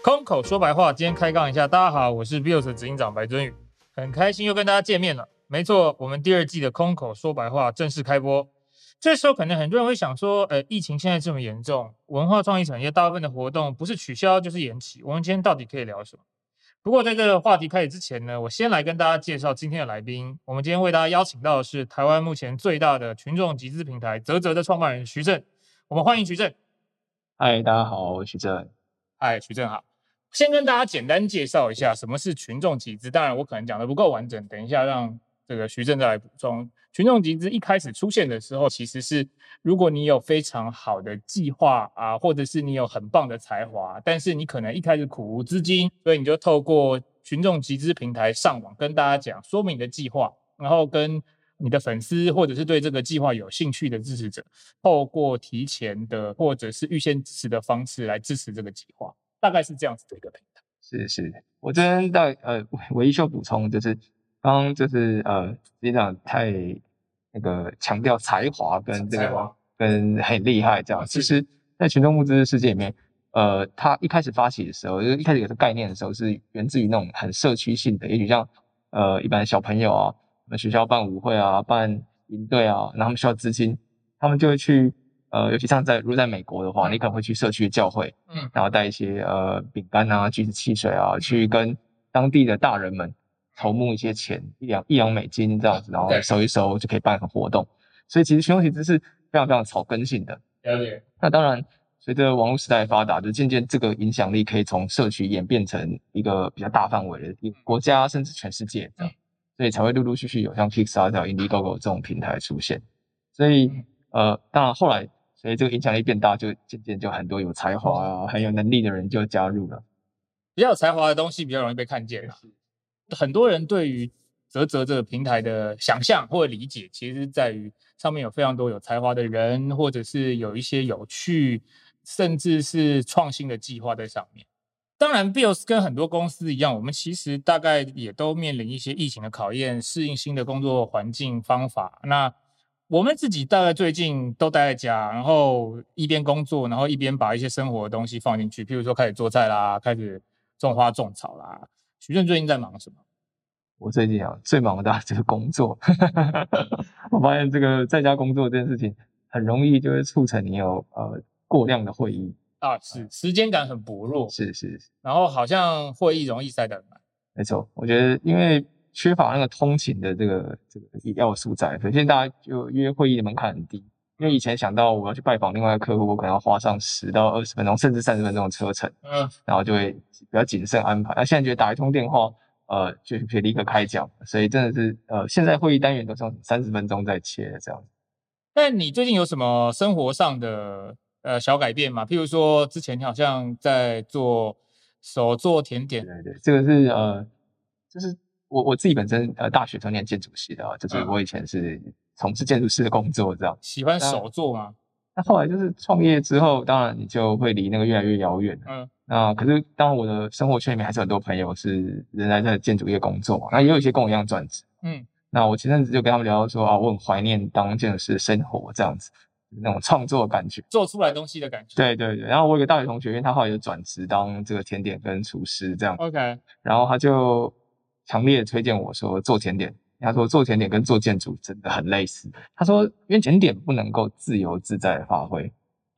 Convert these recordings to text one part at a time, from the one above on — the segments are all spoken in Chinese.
空口说白话，今天开杠一下。大家好，我是 Bios 的执行长白尊宇，很开心又跟大家见面了。没错，我们第二季的空口说白话正式开播。这时候可能很多人会想说，疫情现在这么严重，文化创意产业大部分的活动不是取消就是延期，我们今天到底可以聊什么？不过在这个话题开始之前呢，我先来跟大家介绍今天的来宾。我们今天为大家邀请到的是台湾目前最大的群众集资平台嘖嘖的创办人徐正，我们欢迎徐正。 嗨，大家好，我是徐正。 嗨，徐正好。先跟大家简单介绍一下什么是群众集资。当然，我可能讲的不够完整，等一下让这个徐正再来补充。群众集资一开始出现的时候，其实是如果你有非常好的计划啊，或者是你有很棒的才华，但是你可能一开始苦无资金，所以你就透过群众集资平台上网跟大家讲，说明你的计划，然后跟你的粉丝或者是对这个计划有兴趣的支持者，透过提前的或者是预先支持的方式来支持这个计划。大概是这样子的一个平台。 是，我这边唯一需要补充就是，刚刚就是执行长太那个强调才华跟这个跟很厉害这样。其实，在群众募资世界里面，他一开始发起的时候，一开始有个概念的时候，是源自于那种很社区性的，也许像一般小朋友啊，我们学校办舞会啊，办营队啊，然后他们需要资金，他们就会去。尤其像如果在美国的话，你可能会去社区的教会，然后带一些饼干啊、橘子汽水啊，去跟当地的大人们筹募一些钱，一两美金这样子，然后收一收就可以办个活动。所以其实群众集资是非常非常草根性的。 了解。 那当然，随着网络时代的发达，就渐渐这个影响力可以从社区演变成一个比较大范围的国家，甚至全世界这样，所以才会陆陆续续有像 Kickstarter、Indiegogo 这种平台出现。所以当然后来。所以这个影响力变大，就渐渐就很多有才华啊、很有能力的人就加入了。 比较有才华的东西比较容易被看见。很多人对于嘖嘖这个平台的想象或理解，其实在于上面有非常多有才华的人，或者是有一些有趣，甚至是创新的计划在上面。当然 Bios 跟很多公司一样，我们其实大概也都面临一些疫情的考验，适应新的工作环境方法。那我们自己大概最近都待在家，然后一边工作，然后一边把一些生活的东西放进去，譬如说开始做菜啦，开始种花种草啦。徐正最近在忙什么？ 我最近最忙的就是工作。我发现这个在家工作这件事情很容易就会促成你有过量的会议啊，是时间感很薄弱， 是， 然后好像会议容易塞得很满。 没错，我觉得因为缺乏那个通勤的这个要素在，所以现在大家就约会议的门槛很低。因为以前想到我要去拜访另外一个客户，我可能要花上10到20分钟，甚至30分钟的车程，然后就会比较谨慎安排。那现在觉得打一通电话，就可以立刻开讲，所以真的是现在会议单元都是用30分钟在切这样。 但你最近有什么生活上的小改变吗？譬如说之前你好像在手做甜点。 对，这个是就是我自己本身大学念建筑系的就是我以前是从事建筑师的工作这样。 喜欢手做吗？ 那后来就是创业之后，当然你就会离那个越来越遥远。那可是当然我的生活圈里面还是很多朋友是仍然在建筑业工作嘛，那也有一些跟我一样转职。那我前阵子就跟他们聊到说我很怀念当建筑师的生活这样子，那种创作的感觉， 做出来东西的感觉。 对。然后我有个大学同学，因为他后来就转职当这个甜点跟厨师这样。 OK。 然后他就强烈推荐我说做甜点。他说做甜点跟做建筑真的很类似。他说因为甜点不能够自由自在的发挥。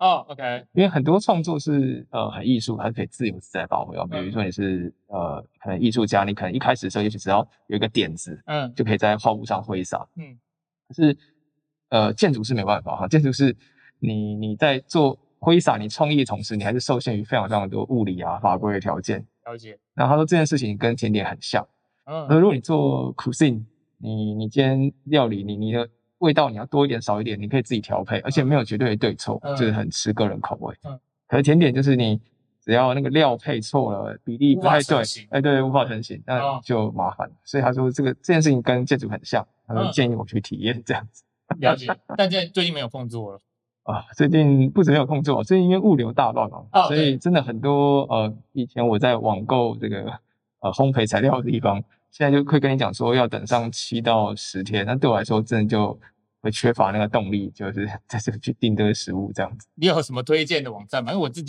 OK。 因为很多创作是很艺术，它是可以自由自在发挥比如说你是可能艺术家，你可能一开始的时候也许只要有一个点子，就可以在画布上挥洒。可是建筑是没办法建筑是你在做挥洒你创意的同时，你还是受限于非常非常多物理法规的条件。 了解。 然后他说这件事情跟甜点很像。如果你做 cuisine， 你今天料理你的味道你要多一点少一点，你可以自己调配，而且没有绝对的对错，就是很吃个人口味。可是甜点就是你只要那个料配错了，比例不太对，对，无法成型，那就麻烦。所以他说这件事情跟建筑很像，他说建议我去体验这样子。 了解。但最近没有空做了。 最近不止没有空做，最近因为物流大乱所以真的很多以前我在网购这个烘焙材料的地方，现在就会跟你讲说要等上7到10天，那对我来说真的就会缺乏那个动力，就是在这去订这个食物这样子。 你有什么推荐的网站吗？因为我自己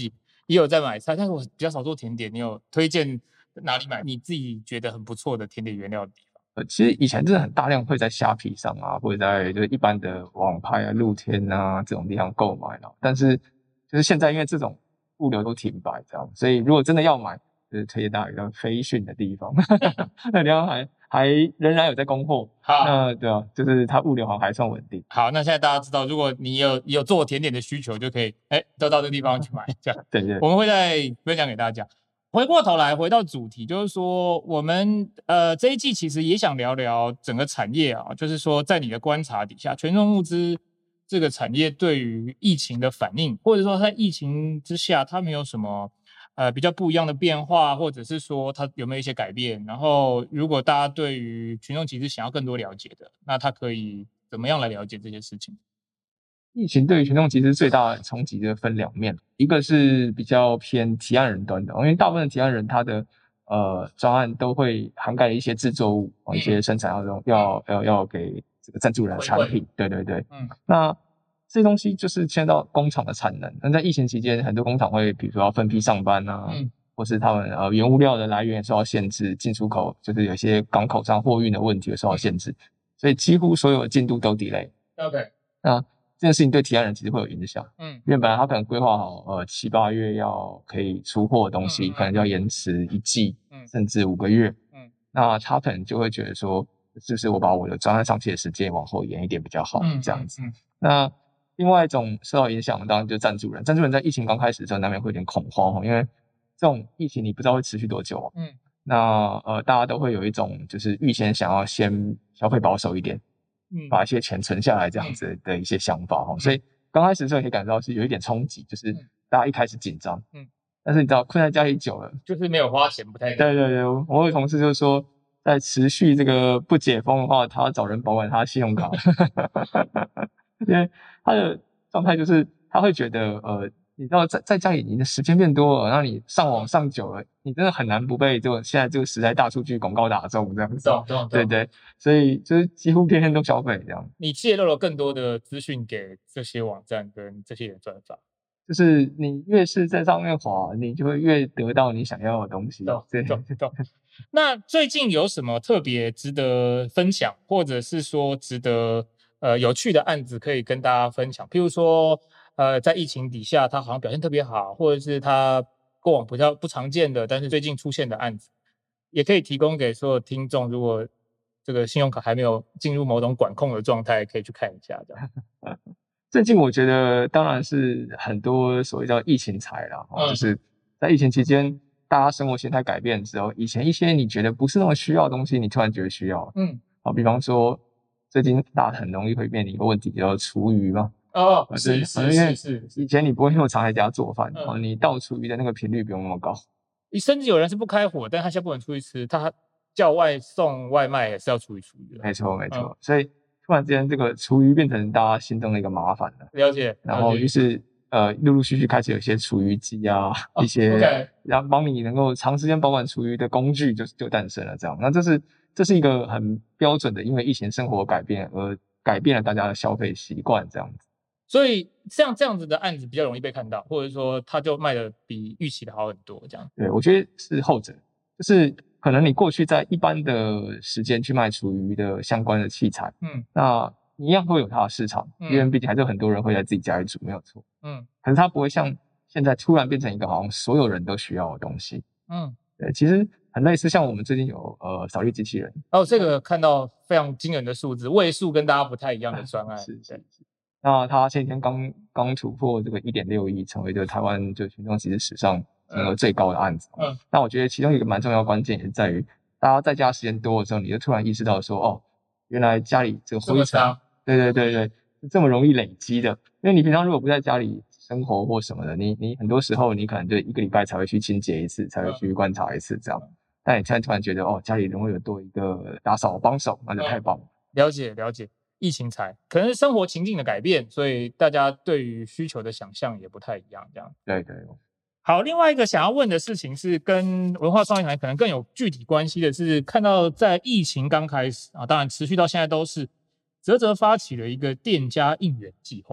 也有在买菜，但是我比较少做甜点。你有推荐哪里买你自己觉得很不错的甜点原料的地方？ 其实以前真的很大量会在虾皮上啊，或者在就是一般的网拍啊、露天啊这种地方购买啦。但是就是现在因为这种物流都停摆这样，所以如果真的要买，就是推荐大家一个飞讯的地方，那地方还仍然有在供货。 好， 那对啊，就是它物流好像还算稳定。 好，那现在大家知道，如果你有做甜点的需求，就可以都到这个地方去买。这样， 对对， 我们会再分享给大家。回过头来，回到主题，就是说，我们这一季其实也想聊聊整个产业啊，就是说，在你的观察底下，群众募资这个产业对于疫情的反应，或者说在疫情之下，它没有什么比较不一样的变化，或者是说它有没有一些改变？然后，如果大家对于群众集资想要更多了解的，那他可以怎么样来了解这些事情？ 疫情对于群众其实最大的冲击就分两面，一个是比较偏提案人端的，因为大部分的提案人他的专案都会涵盖一些制作物，一些生产要给这个赞助人的产品，对对对，那这些东西就是牵到工厂的产能。那在疫情期间，很多工厂会比如说要分批上班啊，或是他们原物料的来源受到限制，进出口就是有些港口上货运的问题受到限制，所以几乎所有的进度都 delay。 OK， 那这件事情对提案人其实会有影响，因为本来他可能规划好7、8月要可以出货的东西，可能就要延迟1季，甚至5个月，那他可能就会觉得说，是不是我把我的专案上线的时间往后延一点比较好，这样子。那另外一种受到影响的当然就是赞助人，赞助人在疫情刚开始的时候难免会有点恐慌，因为这种疫情你不知道会持续多久，那大家都会有一种就是预先想要先消费保守一点，把一些钱存下来这样子的一些想法，所以刚开始的时候可以感到是有一点冲击，就是大家一开始紧张，但是你知道困在家里久了， 就是没有花钱不太对对对，我有同事就说，在持续这个不解封的话，他要找人保管他的信用卡，因为他的状态就是他会觉得你知道在家里你的时间变多了，然后你上网上久了，你真的很难不被现在这个时代大数据广告打中这样子。对对，所以就是几乎天天都消费这样。 你泄露了更多的资讯给这些网站跟这些人转发， 就是你越是在上面滑，你就会越得到你想要的东西。 懂。那最近有什么特别值得分享，或者是说值得有趣的案子可以跟大家分享？譬如说在疫情底下，它好像表现特别好，或者是它过往比较不常见的，但是最近出现的案子，也可以提供给所有听众。如果这个信用卡还没有进入某种管控的状态，可以去看一下这样。 最近我觉得当然是很多所谓叫疫情财啦，就是在疫情期间，大家生活形态改变之后，以前一些你觉得不是那么需要的东西，你突然觉得需要。比方说最近大家很容易会面临一个问题，叫做厨余嘛。是，以前你不会那么常在家做饭，你倒厨余的那个频率不用那么高。 甚至有人是不开火，但他现在不能出去吃，他叫外送外卖也是要处理厨余的。 没错没错，所以突然之间这个厨余变成大家心中的一个麻烦了。 了解。 然后于是陆陆续续开始有一些厨余机啊，一些然后帮你能够长时间保管厨余的工具就诞生了这样。那这是一个很标准的，因为疫情生活改变而改变了大家的消费习惯这样子。 所以像这样子的案子比较容易被看到，或者说它就卖的比预期的好很多这样。 对，我觉得是后者，就是可能你过去在一般的时间去卖厨余的相关的器材，那你一样会有它的市场，因为毕竟还是有很多人会在自己家里煮，没有错。可是它不会像现在突然变成一个好像所有人都需要的东西。对，其实很类似，像我们最近有扫地机器人。 这个看到非常惊人的数字，位数跟大家不太一样的专案。是。 那他前几天刚突破这个1.6亿，成为这个台湾就群众集资史上金额最高的案子。那我觉得其中一个蛮重要的关键也是在于，大家在家时间多的时候，你就突然意识到说，原来家里这个灰尘，对，是这么容易累积的。因为你平常如果不在家里生活或什么的，你很多时候你可能就1个礼拜才会去清洁一次，才会去观察一次这样。但你现在突然觉得，家里容易有多一个打扫帮手，那就太棒了。 了解。疫情才可能是生活情境的改变，所以大家对于需求的想象也不太一样。这样。 对。 好，另外一个想要问的事情是跟文化创意团可能更有具体关系的是，看到在疫情刚开始当然持续到现在都是，嘖嘖发起了一个店家应援计划。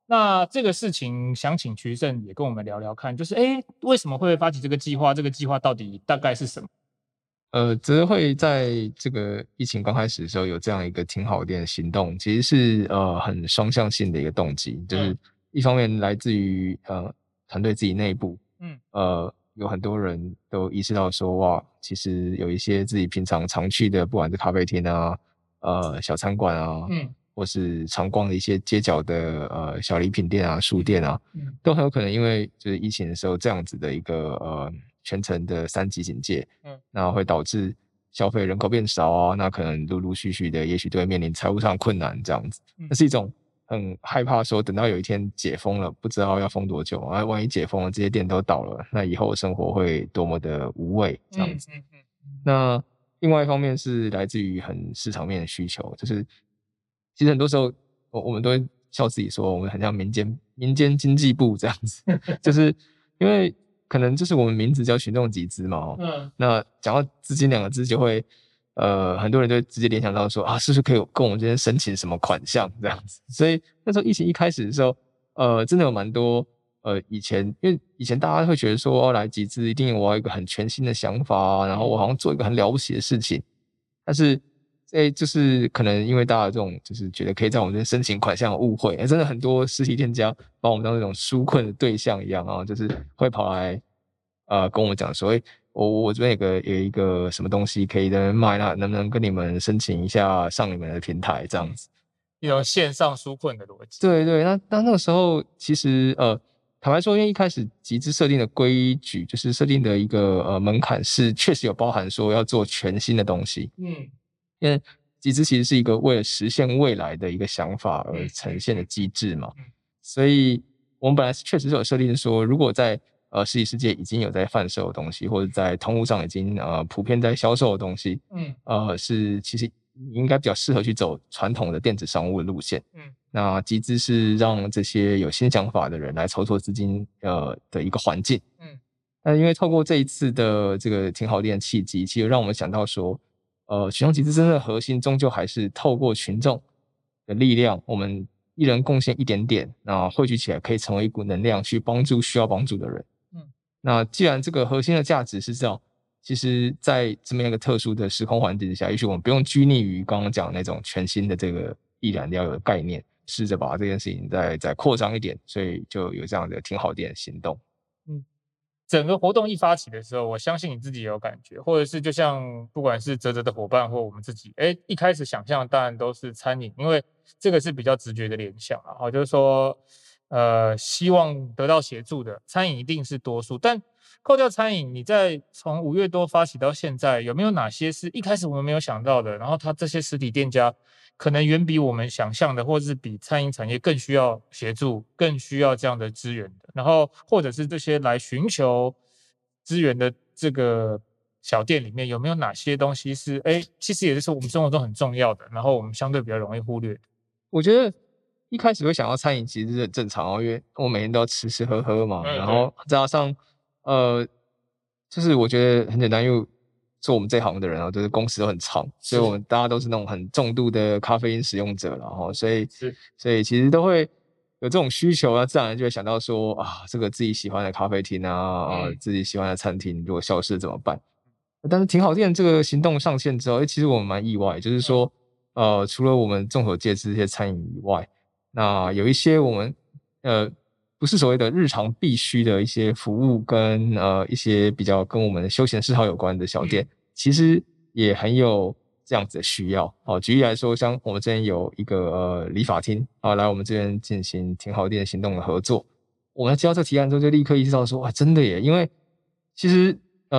那这个事情想请瞿胜也跟我们聊聊看，就是为什么会发起这个计划？这个计划到底大概是什么？ 泽泽会在这个疫情刚开始的时候有这样一个挺好的行动，其实是很双向性的一个动机，就是一方面来自于团队自己内部，有很多人都意识到说，哇，其实有一些自己平常常去的，不管是咖啡厅啊、小餐馆啊，或是常逛的一些街角的小礼品店啊、书店啊，都很有可能因为就是疫情的时候这样子的一个全程的3级警戒，那会导致消费人口变少啊，那可能陆陆续续的，也许都会面临财务上困难这样子，那是一种很害怕说等到有一天解封了，不知道要封多久，万一解封了，这些店都倒了，那以后生活会多么的无味这样子。那另外一方面是来自于很市场面的需求，就是其实很多时候我们都会笑自己说，我们很像民间经济部这样子，就是因为可能就是我们名字叫群众集资嘛，那讲到资金2个字就会很多人就会直接联想到说啊，是不是可以跟我们这边申请什么款项这样子？所以那时候疫情一开始的时候，真的有蛮多因为以前大家会觉得说，来集资一定我要一个很全新的想法啊，然后我好像做一个很了不起的事情，但是就是可能因为大家这种就是觉得可以在我们这边申请款项的误会，真的很多实体店家把我们当那种纾困的对象一样啊，就是会跑来跟我们讲说，我这边有一个什么东西可以在那边卖，那能不能跟你们申请一下上你们的平台这样子？ 一种线上纾困的逻辑。 对对，那个时候其实坦白说，因为一开始集资设定的规矩，就是设定的一个门槛是确实有包含说要做全新的东西，因为集资其实是一个为了实现未来的一个想法而呈现的机制嘛，所以我们本来确实是有设定说，如果在实体世界已经有在贩售的东西，或者在通路上已经普遍在销售的东西，是其实应该比较适合去走传统的电子商务的路线，那集资是让这些有新想法的人来筹措资金的一个环境，那因为透过这一次的这个挺好店的契机，其实让我们想到说，群众集资真正的核心终究还是透过群众的力量，我们一人贡献一点点，那汇聚起来可以成为一股能量，去帮助需要帮助的人。那既然这个核心的价值是这样，其实在这么一个特殊的时空环境之下，也许我们不用拘泥于刚刚讲那种全新的这个必然要有的概念，试着把这件事情再扩张一点，所以就有这样的挺好点的行动。 整个活动一发起的时候，我相信你自己也有感觉，或者是就像不管是泽泽的伙伴或我们自己，一开始想象当然都是餐饮，因为这个是比较直觉的联想啊，就是说，希望得到协助的餐饮一定是多数，但扣掉餐饮，你在从5月多发起到现在，有没有哪些是一开始我们没有想到的？然后他这些实体店家可能远比我们想象的，或是比餐饮产业更需要协助，更需要这样的资源的。然后或者是这些来寻求资源的这个小店里面，有没有哪些东西是其实也是我们生活中很重要的，然后我们相对比较容易忽略的？ 我觉得一开始会想到餐饮其实是很正常哦，因为我每天都要吃吃喝喝嘛，然后再加上就是我觉得很简单，因为做我们这行的人啊，就是工时都很长，所以我们大家都是那种很重度的咖啡因使用者，然后所以其实都会有这种需求，那自然就会想到说啊，这个自己喜欢的咖啡厅啊，自己喜欢的餐厅如果消失怎么办？但是挺好店这个行动上线之后，其实我们蛮意外，就是说除了我们众所皆知这些餐饮以外，那有一些我们不是所谓的日常必须的一些服务跟一些比较跟我们的休闲嗜好有关的小店，其实也很有这样子的需要。举例来说，像我们这边有一个理发厅来我们这边进行挺好店行动的合作，我们接到这个提案之后就立刻意识到说，哇，真的耶，因为其实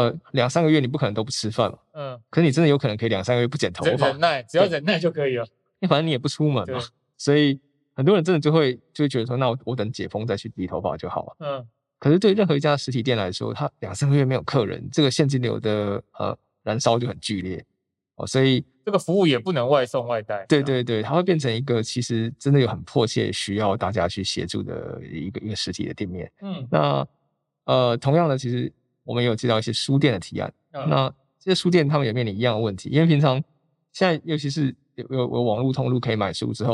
2-3个月你不可能都不吃饭嘛，可是你真的有可能可以2-3个月不剪头发， 忍耐，只要忍耐就可以了， 因为反正你也不出门嘛，所以很多人真的就会觉得说，那我等解封再去理头发就好了。可是对任何一家实体店来说，它2-3个月没有客人，这个现金流的燃烧就很剧烈所以这个服务也不能外送外带。 对对对，它会变成一个其实真的有很迫切需要大家去协助的一个实体的店面。那同样的，其实我们也有接到一些书店的提案，那这些书店他们也面临一样的问题，因为平常现在尤其是有网络通路可以买书之后，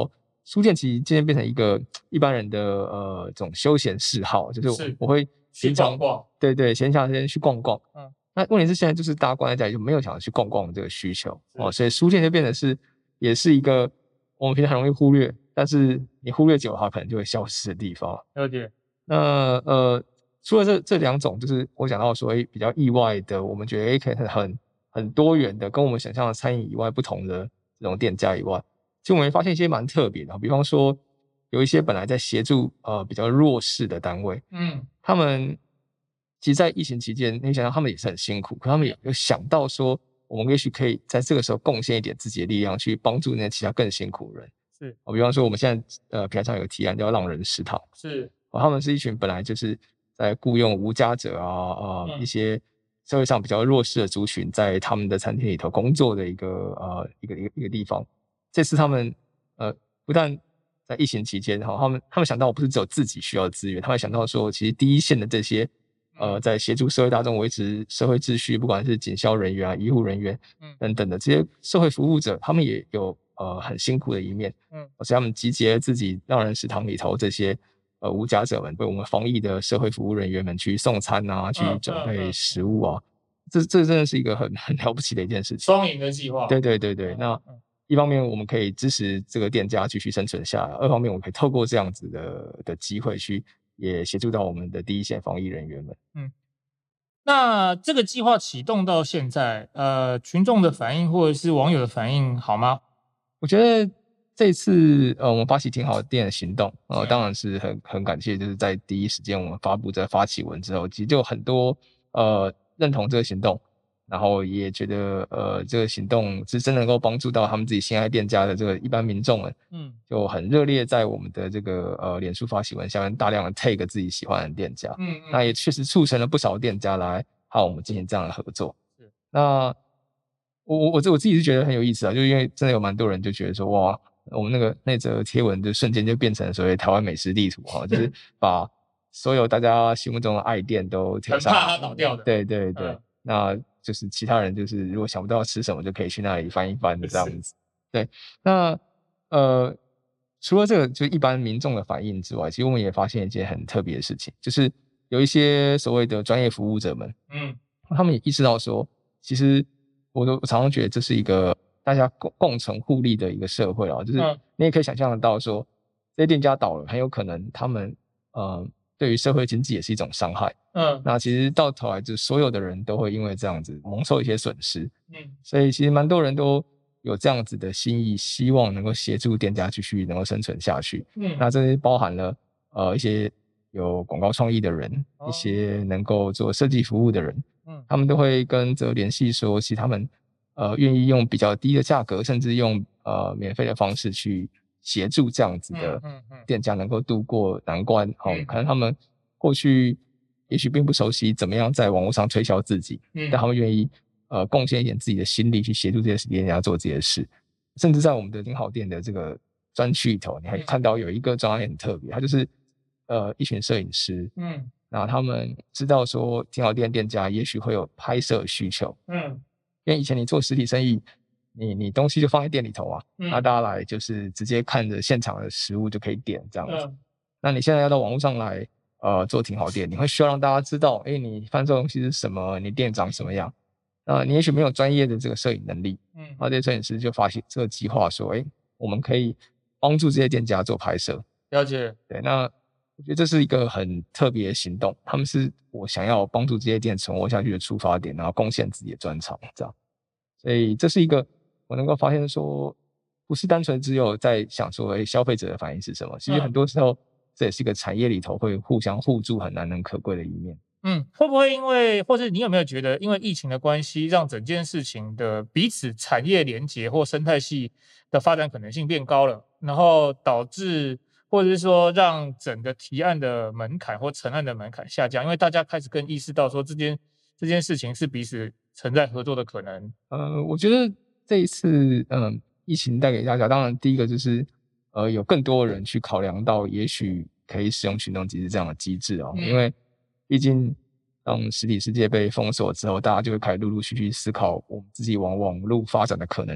书店其实渐渐变成一个一般人的这种休闲嗜好，就是我会去逛逛， 对，闲暇时间去逛逛。那问题是现在就是大家关在家里就没有想要去逛逛的这个需求哦，所以书店就变得也是一个我们平常很容易忽略，但是你忽略久了它可能就会消失的地方。 了解。 那除了这两种，就是我讲到说比较意外的，我们觉得可以很多元的，跟我们想象的餐饮以外不同的这种店家以外，其实我们发现一些蛮特别的，比方说有一些本来在协助比较弱势的单位，他们其实在疫情期间，你想想他们也是很辛苦，可他们有想到说，我们也许可以在这个时候贡献一点自己的力量，去帮助那些其他更辛苦的人。 是比方说我们现在平台上有个提案叫浪人食堂， 是他们是一群本来就是在雇佣无家者一些社会上比较弱势的族群，在他们的餐厅里头工作的一个地方。这次他们不但在疫情期间，他们想到不是只有自己需要的资源，他们想到说，其实第一线的这些在协助社会大众维持社会秩序，不管是警消人员医护人员等等的这些社会服务者，他们也有很辛苦的一面。所以他们集结了自己浪人食堂里头这些无家者们，为我们防疫的社会服务人员们去送餐啊，去准备食物啊，这真的是一个很了不起的一件事情， 双赢的计划。 对，那一方面我们可以支持这个店家继续生存下来，二方面我们可以透过这样子的机会去也协助到我们的第一线防疫人员们。 那这个计划启动到现在，群众的反应或者是网友的反应好吗？ 我觉得这次我们发起挺好的店的行动，当然是很感谢，就是在第一时间我们发布这发起文之后，其实就很多认同这个行动，然后也觉得这个行动是真能够帮助到他们自己心爱店家的这个一般民众们，就很热烈在我们的这个脸书发起文下面大量的 tag 自己喜欢的店家，那也确实促成了不少店家来和我们进行这样的合作。那我自己是觉得很有意思啊，就是因为真的有蛮多人就觉得说，哇，我们那则贴文就瞬间就变成所谓台湾美食地图就是把所有大家心目中的爱店都贴上， 很怕它倒掉的。 对，那就是其他人就是如果想不到吃什么，就可以去那里翻一翻的这样子。对，那除了这个就一般民众的反应之外，其实我们也发现一件很特别的事情，就是有一些所谓的专业服务者们，他们也意识到说，其实我常常觉得这是一个大家共存互利的一个社会啊，就是你也可以想象得到说，这些店家倒了，很有可能他们对于社会经济也是一种伤害。那其实到头来就是所有的人都会因为这样子蒙受一些损失。所以其实蛮多人都有这样子的心意，希望能够协助店家继续能够生存下去。那这些包含了一些有广告创意的人，一些能够做设计服务的人，他们都会跟着联系说，其实他们愿意用比较低的价格，甚至用免费的方式去协助这样子的店家能够度过难关。可能他们过去也许并不熟悉怎么样在网络上推销自己，但他们愿意贡献一点自己的心力去协助这些实体店家做这些事。甚至在我们的挺好店的这个专区里头，你还看到有一个专案也很特别，它就是一群摄影师，然后他们知道说挺好店店家也许会有拍摄需求，因为以前你做实体生意，你东西就放在店里头啊，那大家来就是直接看着现场的食物就可以点这样子。那你现在要到网络上来做挺好店，你会需要让大家知道，你贩售东西是什么，你店长什么样。你也许没有专业的这个摄影能力，这些摄影师就发起这个计划说，我们可以帮助这些店家做拍摄。 了解。 对，那我觉得这是一个很特别的行动，他们是我想要帮助这些店存活下去的出发点，然后贡献自己的专长，这样。所以这是一个我能够发现说，不是单纯只有在想说，消费者的反应是什么，其实很多时候这也是一个产业里头会互相互助很难能可贵的一面。 会不会因为，或是你有没有觉得，因为疫情的关系，让整件事情的彼此产业连结或生态系的发展可能性变高了，然后导致，或者是说让整个提案的门槛或成案的门槛下降，因为大家开始更意识到说这件事情是彼此存在合作的可能。 我觉得这一次疫情带给大家，当然第一个就是有更多人去考量到，也许可以使用群众集资这样的机制因为毕竟当实体世界被封锁之后，大家就会开始陆陆续续思考我们自己往网络发展的可能性。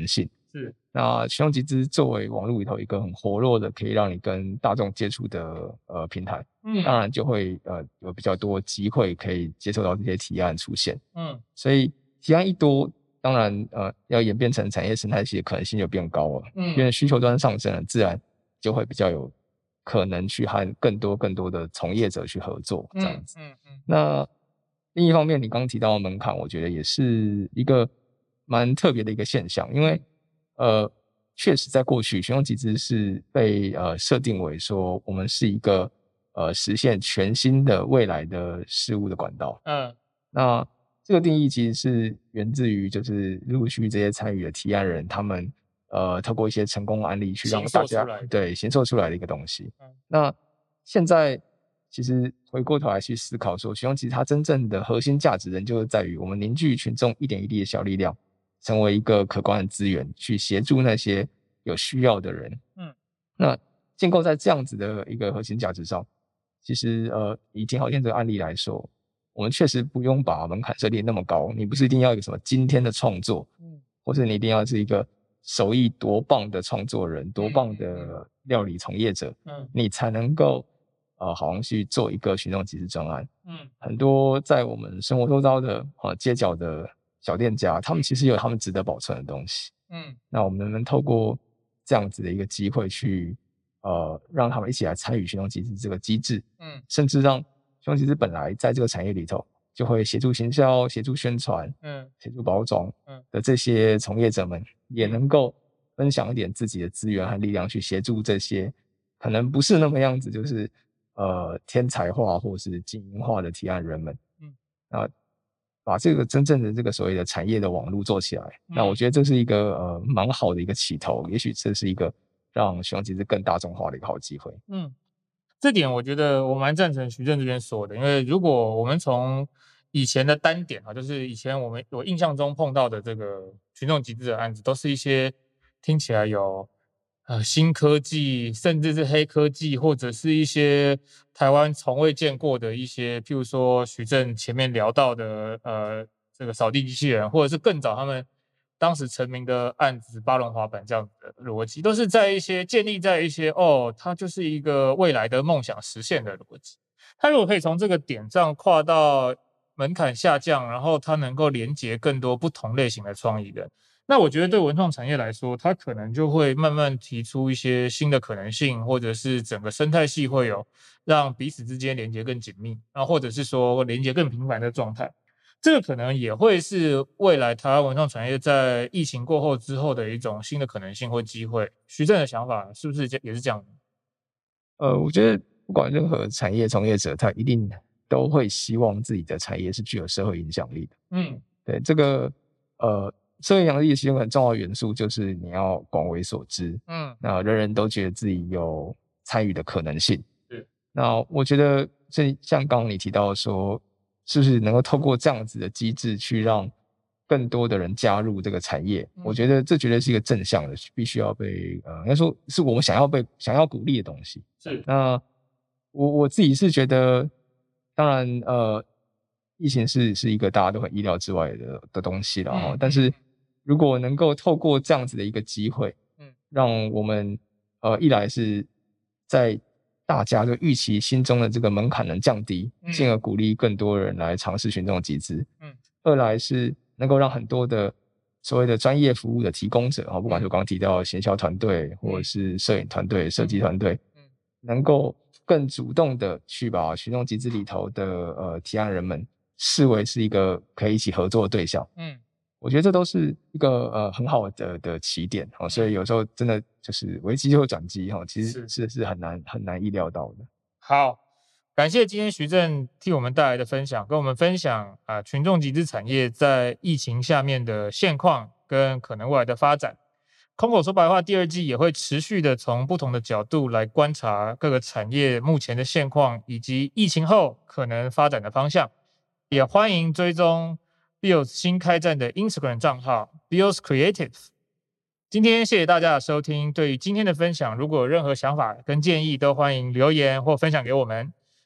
是。 那群众集资作为网络里头一个很活络的，可以让你跟大众接触的平台，当然就会有比较多机会可以接受到这些提案出现。所以提案一多，当然要演变成产业生态系的可能性就变高了。因为需求端上升了，自然就会比较有可能去和更多的从业者去合作这样子。那另一方面，你刚刚提到的门槛，我觉得也是一个蛮特别的一个现象，因为确实在过去，群众集资是被设定为说我们是一个实现全新的未来的事物的管道。那这个定义其实是源自于就是陆续这些参与的提案人，他们透过一些成功案例去让大家形塑出来的一个东西。那现在其实回过头来去思考说，群众集资它真正的核心价值仍旧是在于我们凝聚群众一点一滴的小力量，成为一个可观的资源，去协助那些有需要的人。那建构在这样子的一个核心价值上，其实以挺好店这个案例来说，我们确实不用把门槛设定那么高，你不是一定要一个什么今天的创作，或是你一定要是一个手艺多棒的创作人，多棒的料理从业者，你才能够好像去做一个群众集资专案。很多在我们生活周遭的街角的小店家，他们其实有他们值得保存的东西。那我们能不能透过这样子的一个机会去让他们一起来参与群众集资这个机制，甚至让群众集资本来在这个产业里头就会协助行销、协助宣传、协助包装的这些从业者们，也能够分享一点自己的资源和力量，去协助这些可能不是那么样子就是天才化或是精英化的提案人们。把这个真正的这个所谓的产业的网络做起来，那我觉得这是一个蛮好的一个起头，也许这是一个让群众集资更大众化的一个好机会。 这点我觉得我蛮赞成徐正这边说的，因为如果我们从以前的单点就是以前我印象中碰到的这个群众集资的案子，都是一些听起来有新科技，甚至是黑科技，或者是一些台湾从未见过的一些，譬如说徐正前面聊到的这个扫地机器人，或者是更早他们当时成名的案子巴龙滑板这样子的逻辑，都是建立在一些它就是一个未来的梦想实现的逻辑。它如果可以从这个点上跨到门槛下降，然后它能够连接更多不同类型的创意人，那我觉得对文创产业来说，它可能就会慢慢提出一些新的可能性，或者是整个生态系会有让彼此之间连接更紧密，然后或者是说连接更频繁的状态。这个可能也会是未来台湾文创产业在疫情过后之后的一种新的可能性或机会。徐正的想法是不是也是这样的？ 我觉得不管任何产业从业者，他一定都会希望自己的产业是具有社会影响力的。对，这个社会影响力其中很重要的元素就是你要广为所知，那人人都觉得自己有参与的可能性。那我觉得像刚刚你提到说，是不是能够透过这样子的机制去让更多的人加入这个产业？我觉得这绝对是一个正向的，必须要被应该说是我们想要鼓励的东西。那我自己是觉得，当然疫情是一个大家都很意料之外的东西啦，但是如果能够透过这样子的一个机会，让我们一来是在大家就预期心中的这个门槛能降低，进而鼓励更多人来尝试群众集资。二来是能够让很多的所谓的专业服务的提供者，不管是我刚刚提到的行销团队，或者是摄影团队、设计团队，能够更主动的去把群众集资里头的提案人们视为是一个可以一起合作的对象。我觉得这都是一个很好的起点，所以有时候真的就是危机就会转机，其实是很难意料到的。 好，感谢今天徐正替我们带来的分享，跟我们分享群众集资产业在疫情下面的现况跟可能未来的发展。空口说白话第二季也会持续的从不同的角度来观察各个产业目前的现况，以及疫情后可能发展的方向。也欢迎追踪 BIOS 新开站的 Instagram 账号 BIOS Creative。今天谢谢大家的收听，对于今天的分享，如果有任何想法跟建议，都欢迎留言或分享给我们。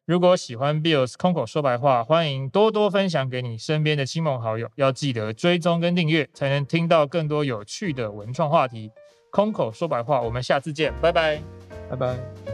如果喜欢 Bills 空口说白话，欢迎多多分享给你身边的亲朋好友，要记得追踪跟订阅，才能听到更多有趣的文创话题。空口说白话，我们下次见，拜拜， 拜拜。